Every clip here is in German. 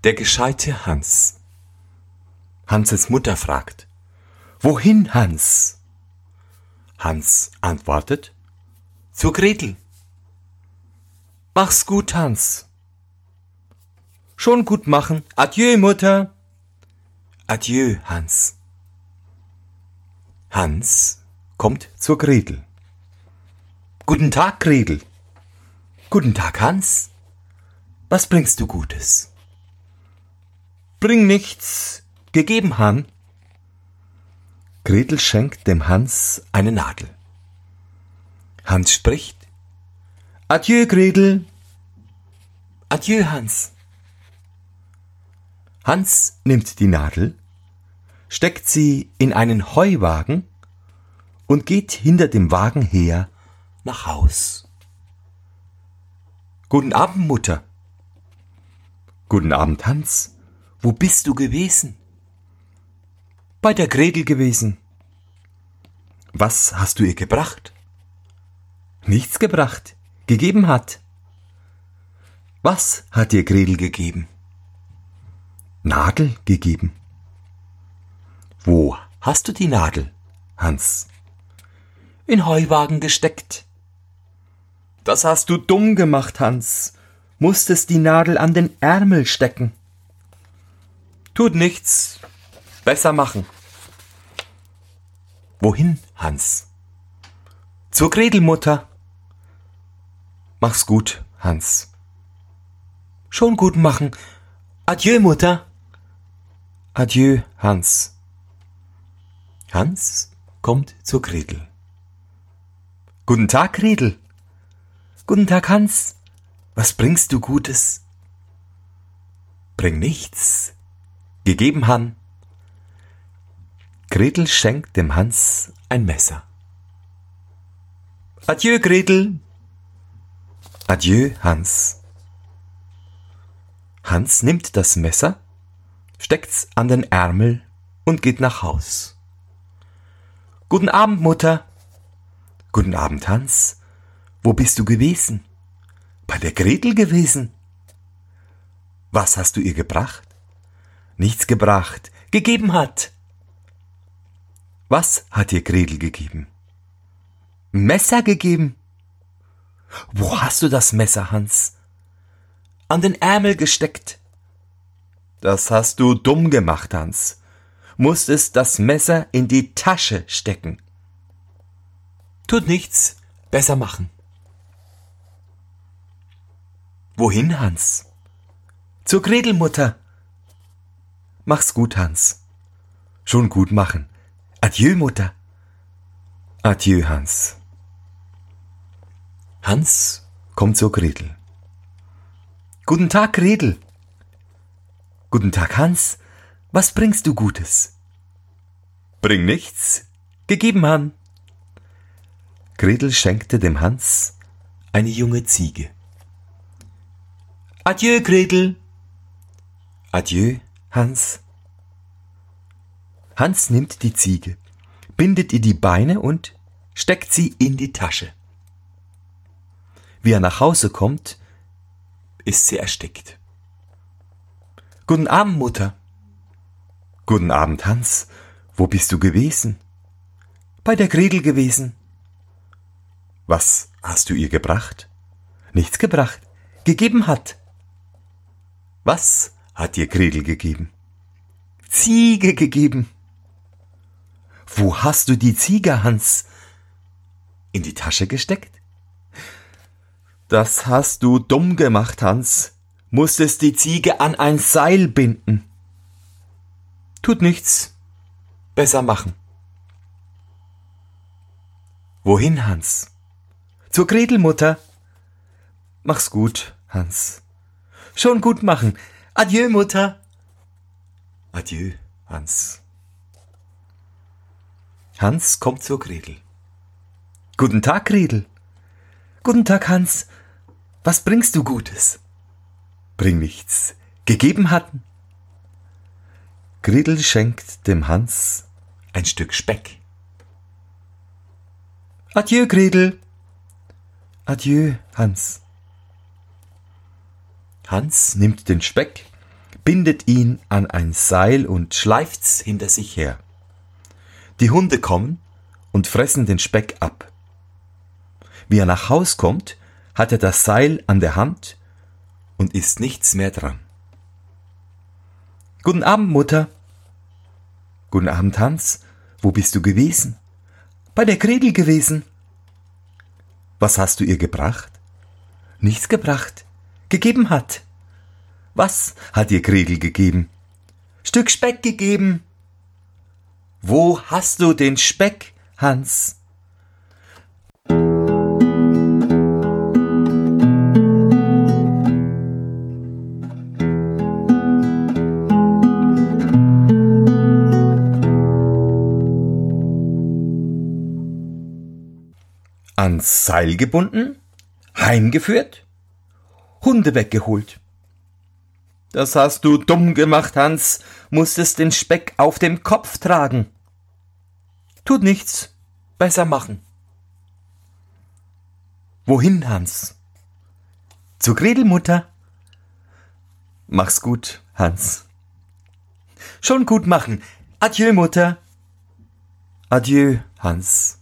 Der gescheite Hans. Hanses Mutter fragt: Wohin, Hans? Hans antwortet: Zur Gretel. Mach's gut, Hans. Schon gut machen. Adieu, Mutter. Adieu, Hans. Hans kommt zur Gretel. Guten Tag, Gretel. Guten Tag, Hans. Was bringst du Gutes? Bring nichts. Gegeben, Han. Gretel schenkt dem Hans eine Nadel. Hans spricht: Adieu, Gretel. Adieu, Hans. Hans nimmt die Nadel, steckt sie in einen Heuwagen und geht hinter dem Wagen her nach Haus. Guten Abend, Mutter. Guten Abend, Hans. Wo bist du gewesen? Bei der Gretel gewesen. Was hast du ihr gebracht? Nichts gebracht, gegeben hat. Was hat dir Gretel gegeben? Nadel gegeben. Wo hast du die Nadel, Hans? In Heuwagen gesteckt. Das hast du dumm gemacht, Hans. Musstest die Nadel an den Ärmel stecken. Tut nichts. Besser machen. Wohin, Hans? Zur Gretel, Mutter. Mach's gut, Hans. Schon gut machen. Adieu, Mutter. Adieu, Hans. Hans kommt zur Gretel. Guten Tag, Gretel. Guten Tag, Hans. Was bringst du Gutes? Bring nichts. Gegeben, Han. Gretel schenkt dem Hans ein Messer. Adieu, Gretel. Adieu, Hans. Hans nimmt das Messer, steckt's an den Ärmel und geht nach Haus. Guten Abend, Mutter. Guten Abend, Hans. Wo bist du gewesen? Bei der Gretel gewesen. Was hast du ihr gebracht? Nichts gebracht, gegeben hat. Was hat dir Gretel gegeben? Messer gegeben. Wo hast du das Messer, Hans? An den Ärmel gesteckt. Das hast du dumm gemacht, Hans. Musstest das Messer in die Tasche stecken. Tut nichts, besser machen. Wohin, Hans? Zur Gretel, Mutter. Mach's gut, Hans. Schon gut machen. Adieu, Mutter. Adieu, Hans. Hans kommt zur Gretel. Guten Tag, Gretel. Guten Tag, Hans. Was bringst du Gutes? Bring nichts. Gegeben, Han. Gretel schenkte dem Hans eine junge Ziege. Adieu, Gretel. Adieu, Hans. Hans nimmt die Ziege, bindet ihr die Beine und steckt sie in die Tasche. Wie er nach Hause kommt, ist sie erstickt. Guten Abend, Mutter. Guten Abend, Hans. Wo bist du gewesen? Bei der Gretel gewesen. Was hast du ihr gebracht? Nichts gebracht, gegeben hat. Was hat dir Gretel gegeben? Ziege gegeben. Wo hast du die Ziege, Hans? In die Tasche gesteckt? Das hast du dumm gemacht, Hans. Musstest die Ziege an ein Seil binden. Tut nichts. Besser machen. Wohin, Hans? Zur Gretel, Mutter. Mach's gut, Hans. Schon gut machen. Adieu, Mutter. Adieu, Hans. Hans kommt zur Gretel. Guten Tag, Gretel. Guten Tag, Hans. Was bringst du Gutes? Bring nichts. Gegeben hatten. Gretel schenkt dem Hans ein Stück Speck. Adieu, Gretel. Adieu, Hans. Hans nimmt den Speck, bindet ihn an ein Seil und schleift's hinter sich her. Die Hunde kommen und fressen den Speck ab. Wie er nach Haus kommt, hat er das Seil an der Hand und ist nichts mehr dran. Guten Abend, Mutter. Guten Abend, Hans. Wo bist du gewesen? Bei der Gretel gewesen. Was hast du ihr gebracht? Nichts gebracht. Gegeben hat. Was hat dir Gretel gegeben? Stück Speck gegeben. Wo hast du den Speck, Hans? Ans Seil gebunden, heimgeführt, Hunde weggeholt. Das hast du dumm gemacht, Hans, musstest den Speck auf dem Kopf tragen. Tut nichts, besser machen. Wohin, Hans? Zur Gretel, Mutter. Mach's gut, Hans. Schon gut machen. Adieu, Mutter. Adieu, Hans.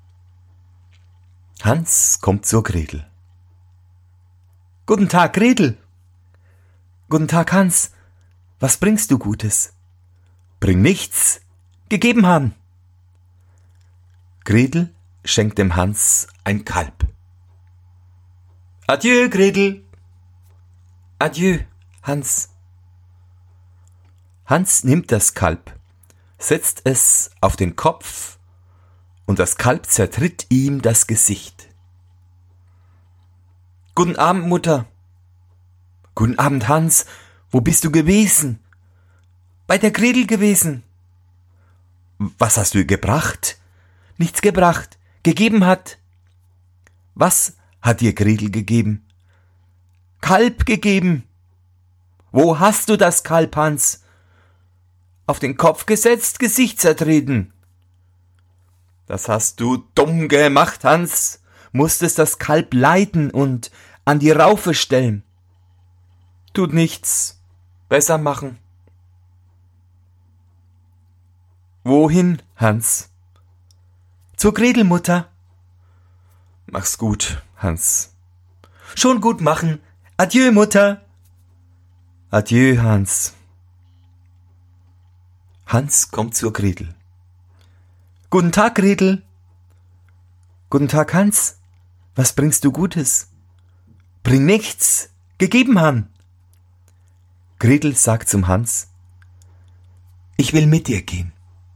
Hans kommt zur Gretel. Guten Tag, Gretel. Guten Tag, Hans. Was bringst du Gutes? Bring nichts. Gegeben haben. Gretel schenkt dem Hans ein Kalb. Adieu, Gretel. Adieu, Hans. Hans nimmt das Kalb, setzt es auf den Kopf und das Kalb zertritt ihm das Gesicht. Guten Abend, Mutter. Guten Abend, Hans. Wo bist du gewesen? Bei der Gretel gewesen. Was hast du ihr gebracht? Nichts gebracht. Gegeben hat. Was hat dir Gretel gegeben? Kalb gegeben. Wo hast du das Kalb, Hans? Auf den Kopf gesetzt, Gesicht zertreten. Das hast du dumm gemacht, Hans. Musstest das Kalb leiten und an die Raufe stellen. Tut nichts. Besser machen. Wohin, Hans? Zur Gretel, Mutter. Mach's gut, Hans. Schon gut machen. Adieu, Mutter. Adieu, Hans. Hans kommt zur Gretel. Guten Tag, Gretel. Guten Tag, Hans. Was bringst du Gutes? Bring nichts. Gegeben han. Gretel sagt zum Hans, ich will mit dir gehen.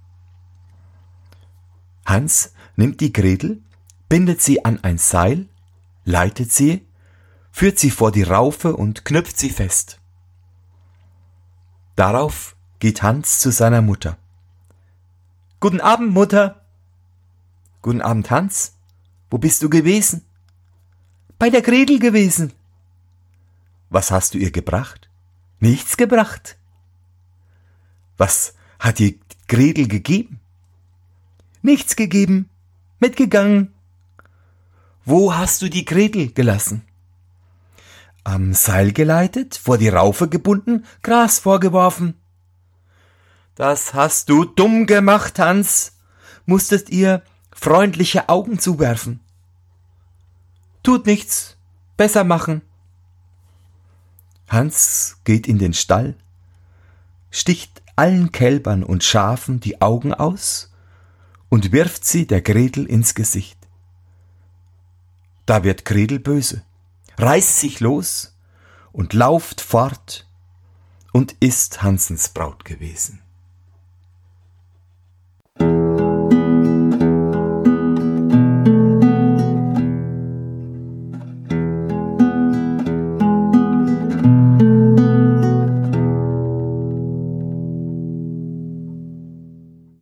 Hans nimmt die Gretel, bindet sie an ein Seil, leitet sie, führt sie vor die Raufe und knüpft sie fest. Darauf geht Hans zu seiner Mutter. Guten Abend, Mutter. Guten Abend, Hans. Wo bist du gewesen? Bei der Gretel gewesen. Was hast du ihr gebracht? Nichts gebracht. Was hat dir Gretel gegeben? Nichts gegeben. Mitgegangen. Wo hast du die Gretel gelassen? Am Seil geleitet, vor die Raufe gebunden, Gras vorgeworfen. Das hast du dumm gemacht, Hans. Musstest ihr freundliche Augen zuwerfen. Tut nichts. Besser machen. Hans geht in den Stall, sticht allen Kälbern und Schafen die Augen aus und wirft sie der Gretel ins Gesicht. Da wird Gretel böse, reißt sich los und lauft fort und ist Hansens Braut gewesen.